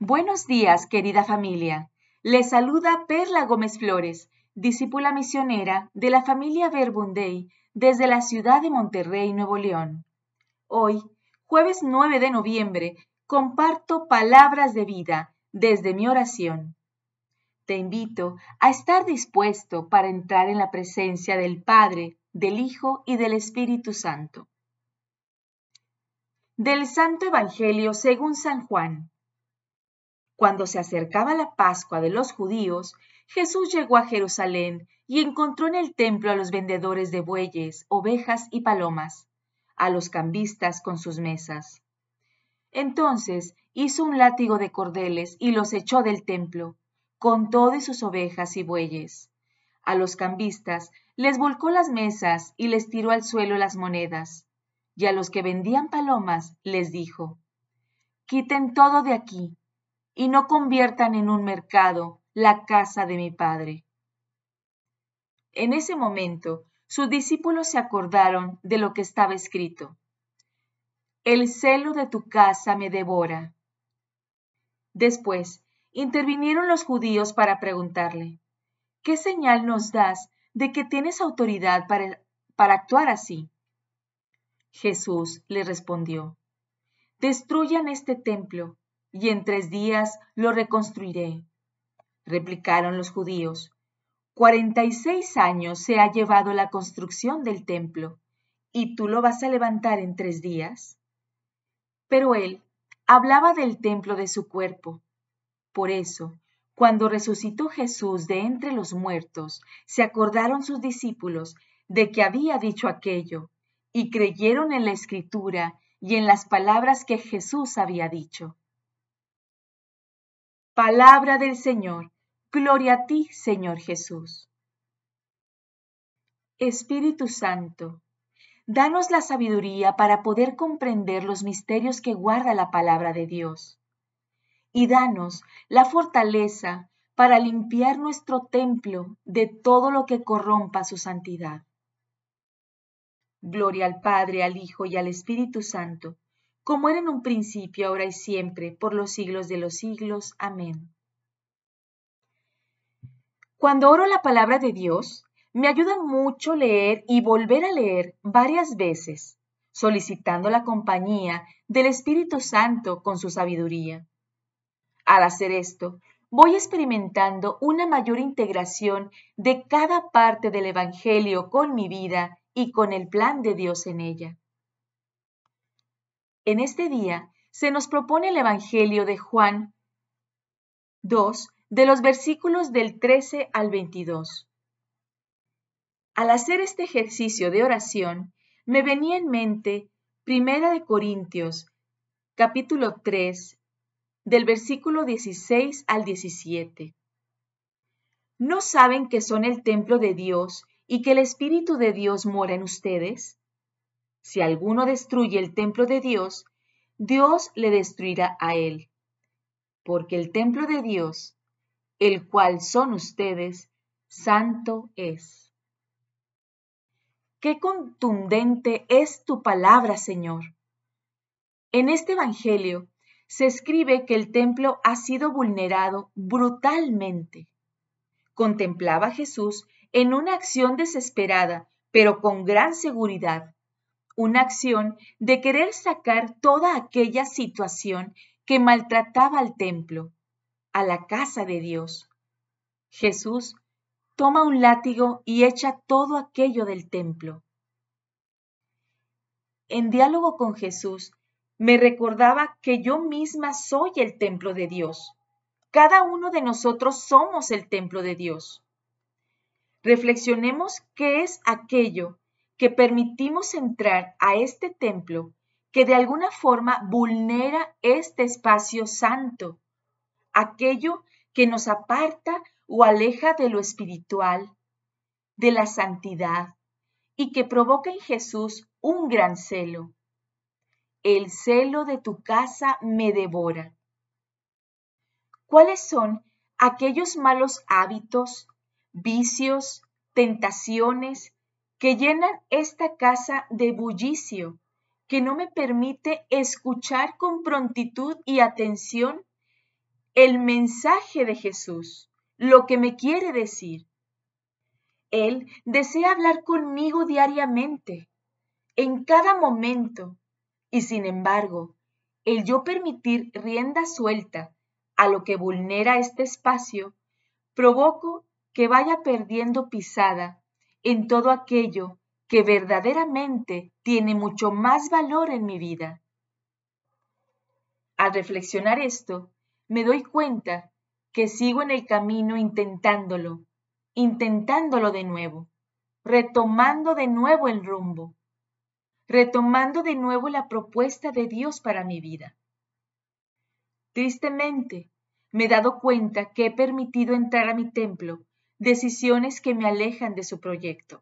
Buenos días, querida familia. Les saluda Perla Gómez Flores, discípula misionera de la familia Verbunday desde la ciudad de Monterrey, Nuevo León. Hoy, jueves 9 de noviembre, comparto palabras de vida desde mi oración. Te invito a estar dispuesto para entrar en la presencia del Padre, del Hijo y del Espíritu Santo. Del Santo Evangelio según San Juan. Cuando se acercaba la Pascua de los judíos, Jesús llegó a Jerusalén y encontró en el templo a los vendedores de bueyes, ovejas y palomas, a los cambistas con sus mesas. Entonces hizo un látigo de cordeles y los echó del templo, con todas sus ovejas y bueyes. A los cambistas les volcó las mesas y les tiró al suelo las monedas. Y a los que vendían palomas les dijo: «Quiten todo de aquí y no conviertan en un mercado la casa de mi Padre». En ese momento, sus discípulos se acordaron de lo que estaba escrito: «El celo de tu casa me devora». Después, intervinieron los judíos para preguntarle: «¿Qué señal nos das de que tienes autoridad para actuar así?» Jesús les respondió: «Destruyan este templo, y en 3 días lo reconstruiré». Replicaron los judíos: 46 años se ha llevado la construcción del templo, ¿y tú lo vas a levantar en 3 días? Pero él hablaba del templo de su cuerpo. Por eso, cuando resucitó Jesús de entre los muertos, se acordaron sus discípulos de que había dicho aquello, y creyeron en la Escritura y en las palabras que Jesús había dicho. Palabra del Señor. Gloria a ti, Señor Jesús. Espíritu Santo, danos la sabiduría para poder comprender los misterios que guarda la palabra de Dios. Y danos la fortaleza para limpiar nuestro templo de todo lo que corrompa su santidad. Gloria al Padre, al Hijo y al Espíritu Santo, como era en un principio, ahora y siempre, por los siglos de los siglos. Amén. Cuando oro la palabra de Dios, me ayuda mucho leer y volver a leer varias veces, solicitando la compañía del Espíritu Santo con su sabiduría. Al hacer esto, voy experimentando una mayor integración de cada parte del Evangelio con mi vida y con el plan de Dios en ella. En este día se nos propone el Evangelio de Juan 2, de los versículos del 13 al 22. Al hacer este ejercicio de oración, me venía en mente 1 Corintios, capítulo 3, del versículo 16 al 17. ¿No saben que son el templo de Dios y que el Espíritu de Dios mora en ustedes? Si alguno destruye el templo de Dios, Dios le destruirá a él. Porque el templo de Dios, el cual son ustedes, santo es. ¡Qué contundente es tu palabra, Señor! En este Evangelio se escribe que el templo ha sido vulnerado brutalmente. Contemplaba a Jesús en una acción desesperada, pero con gran seguridad, una acción de querer sacar toda aquella situación que maltrataba al templo, a la casa de Dios. Jesús toma un látigo y echa todo aquello del templo. En diálogo con Jesús, me recordaba que yo misma soy el templo de Dios. Cada uno de nosotros somos el templo de Dios. Reflexionemos qué es aquello que permitimos entrar a este templo que de alguna forma vulnera este espacio santo, aquello que nos aparta o aleja de lo espiritual, de la santidad, y que provoca en Jesús un gran celo. El celo de tu casa me devora. ¿Cuáles son aquellos malos hábitos, vicios, tentaciones que llenan esta casa de bullicio, que no me permite escuchar con prontitud y atención el mensaje de Jesús, lo que me quiere decir. Él desea hablar conmigo diariamente, en cada momento, y sin embargo, el yo permitir rienda suelta a lo que vulnera este espacio, provoco que vaya perdiendo pisada en todo aquello que verdaderamente tiene mucho más valor en mi vida. Al reflexionar esto, me doy cuenta que sigo en el camino intentándolo de nuevo, retomando de nuevo el rumbo, retomando de nuevo la propuesta de Dios para mi vida. Tristemente, me he dado cuenta que he permitido entrar a mi templo decisiones que me alejan de su proyecto.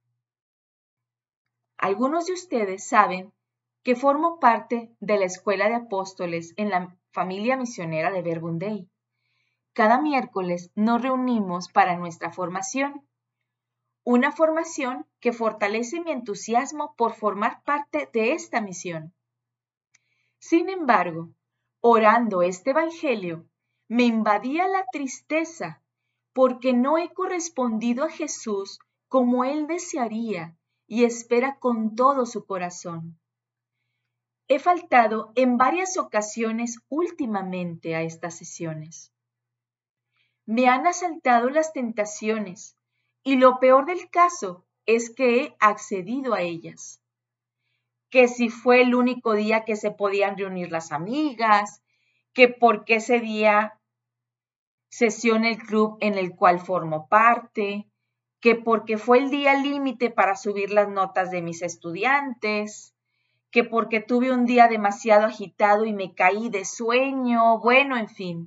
Algunos de ustedes saben que formo parte de la Escuela de Apóstoles en la familia misionera de Verbum Dei. Cada miércoles nos reunimos para nuestra formación, una formación que fortalece mi entusiasmo por formar parte de esta misión. Sin embargo, orando este Evangelio, me invadía la tristeza porque no he correspondido a Jesús como Él desearía y espera con todo su corazón. He faltado en varias ocasiones últimamente a estas sesiones. Me han asaltado las tentaciones y lo peor del caso es que he accedido a ellas. Que si fue el único día que se podían reunir las amigas, que porque ese día sesión el club en el cual formo parte, que porque fue el día límite para subir las notas de mis estudiantes, que porque tuve un día demasiado agitado y me caí de sueño, bueno, en fin.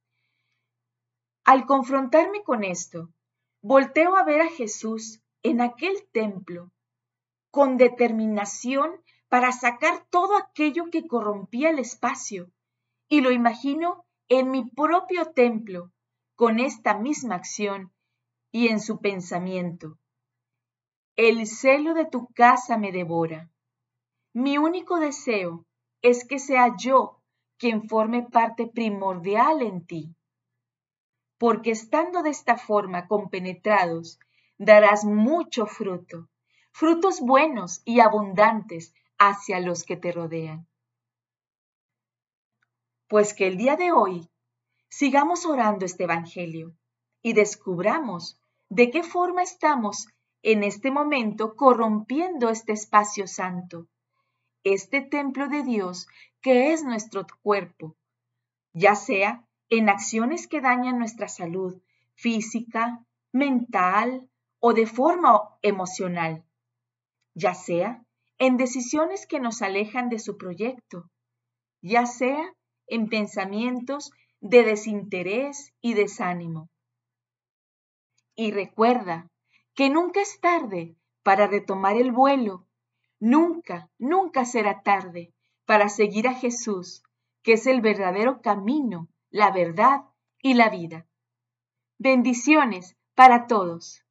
Al confrontarme con esto, volteo a ver a Jesús en aquel templo, con determinación para sacar todo aquello que corrompía el espacio, y lo imagino en mi propio templo, con esta misma acción y en su pensamiento. El celo de tu casa me devora. Mi único deseo es que sea yo quien forme parte primordial en ti. Porque estando de esta forma compenetrados, darás mucho fruto, frutos buenos y abundantes hacia los que te rodean. Pues que el día de hoy sigamos orando este Evangelio y descubramos de qué forma estamos en este momento corrompiendo este espacio santo, este templo de Dios que es nuestro cuerpo, ya sea en acciones que dañan nuestra salud física, mental o de forma emocional, ya sea en decisiones que nos alejan de su proyecto, ya sea en pensamientos de desinterés y desánimo. Y recuerda que nunca es tarde para retomar el vuelo, nunca, nunca será tarde para seguir a Jesús, que es el verdadero camino, la verdad y la vida. Bendiciones para todos.